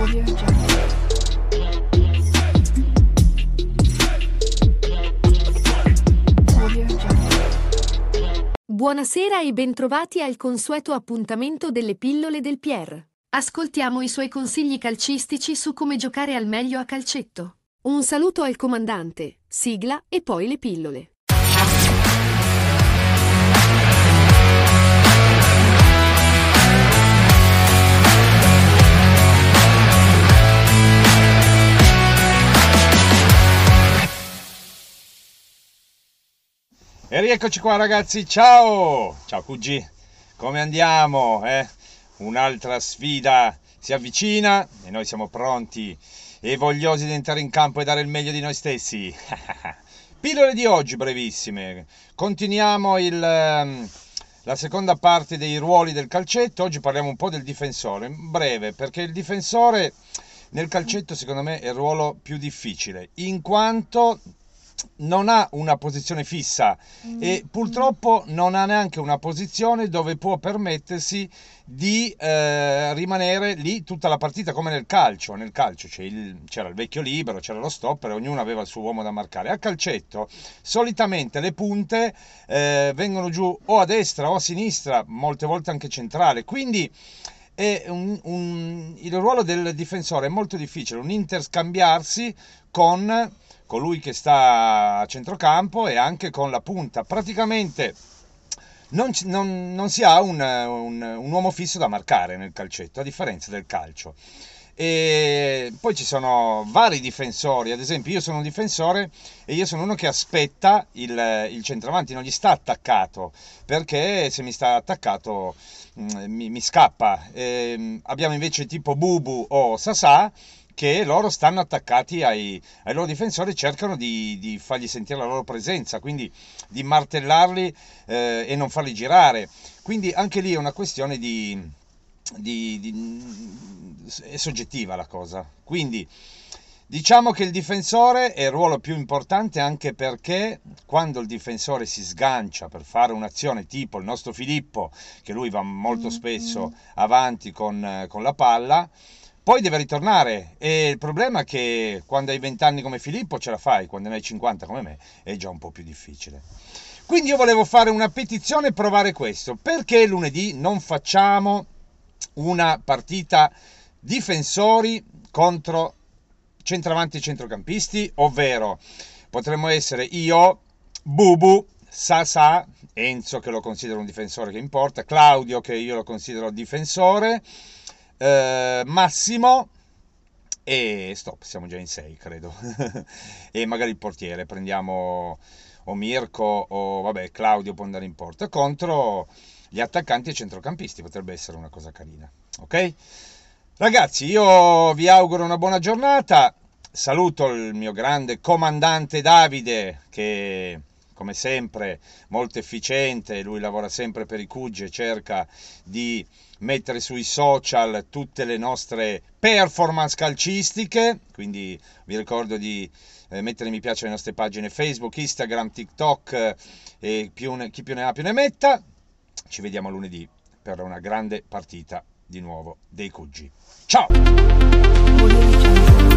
Audio Jungle. Audio Jungle. Buonasera e bentrovati al consueto appuntamento delle pillole del Pier. Ascoltiamo i suoi consigli calcistici su come giocare al meglio a calcetto. Un saluto al comandante, sigla e poi le pillole. E rieccoci qua ragazzi, ciao! Ciao QG, come andiamo? Un'altra sfida si avvicina e noi siamo pronti e vogliosi di entrare in campo e dare il meglio di noi stessi. Pillole di oggi brevissime, continuiamo la seconda parte dei ruoli del calcetto. Oggi parliamo un po' del difensore, breve, perché il difensore nel calcetto secondo me è il ruolo più difficile, in quanto non ha una posizione fissa e purtroppo non ha neanche una posizione dove può permettersi di rimanere lì tutta la partita, come nel calcio. Nel calcio c'era il vecchio libero, c'era lo stopper, ognuno aveva il suo uomo da marcare. Al calcetto solitamente le punte vengono giù o a destra o a sinistra, molte volte anche centrale, quindi il ruolo del difensore è molto difficile, un interscambiarsi con colui che sta a centrocampo e anche con la punta. Praticamente non si ha un uomo fisso da marcare nel calcetto, a differenza del calcio. E poi ci sono vari difensori, ad esempio io sono un difensore e io sono uno che aspetta il centravanti, non gli sta attaccato, perché se mi sta attaccato mi scappa. Abbiamo invece tipo Bubu o Sasà, che loro stanno attaccati ai loro difensori, cercano di fargli sentire la loro presenza, quindi di martellarli e non farli girare. Quindi anche lì è una questione è soggettiva la cosa. Quindi diciamo che il difensore è il ruolo più importante, anche perché quando il difensore si sgancia per fare un'azione tipo il nostro Filippo, che lui va molto spesso avanti con la palla, poi deve ritornare, e il problema è che quando hai 20 anni come Filippo ce la fai, quando ne hai 50 come me è già un po' più difficile. Quindi io volevo fare una petizione e provare questo: perché lunedì non facciamo una partita difensori contro centravanti e centrocampisti, ovvero potremmo essere io, Bubu, Sasà, Enzo che lo considero un difensore che importa, Claudio che io lo considero difensore, Massimo e stop, siamo già in 6 credo. E magari il portiere, prendiamo o Mirko o vabbè Claudio può andare in porta, contro gli attaccanti e centrocampisti potrebbe essere una cosa carina. Ok ragazzi, io vi auguro una buona giornata, saluto il mio grande comandante Davide, che come sempre molto efficiente, lui lavora sempre per i QG e cerca di mettere sui social tutte le nostre performance calcistiche, quindi vi ricordo di mettere mi piace alle nostre pagine Facebook, Instagram, TikTok e chi più ne ha più ne metta. Ci vediamo lunedì per una grande partita di nuovo dei QG. Ciao! Audio Jungle.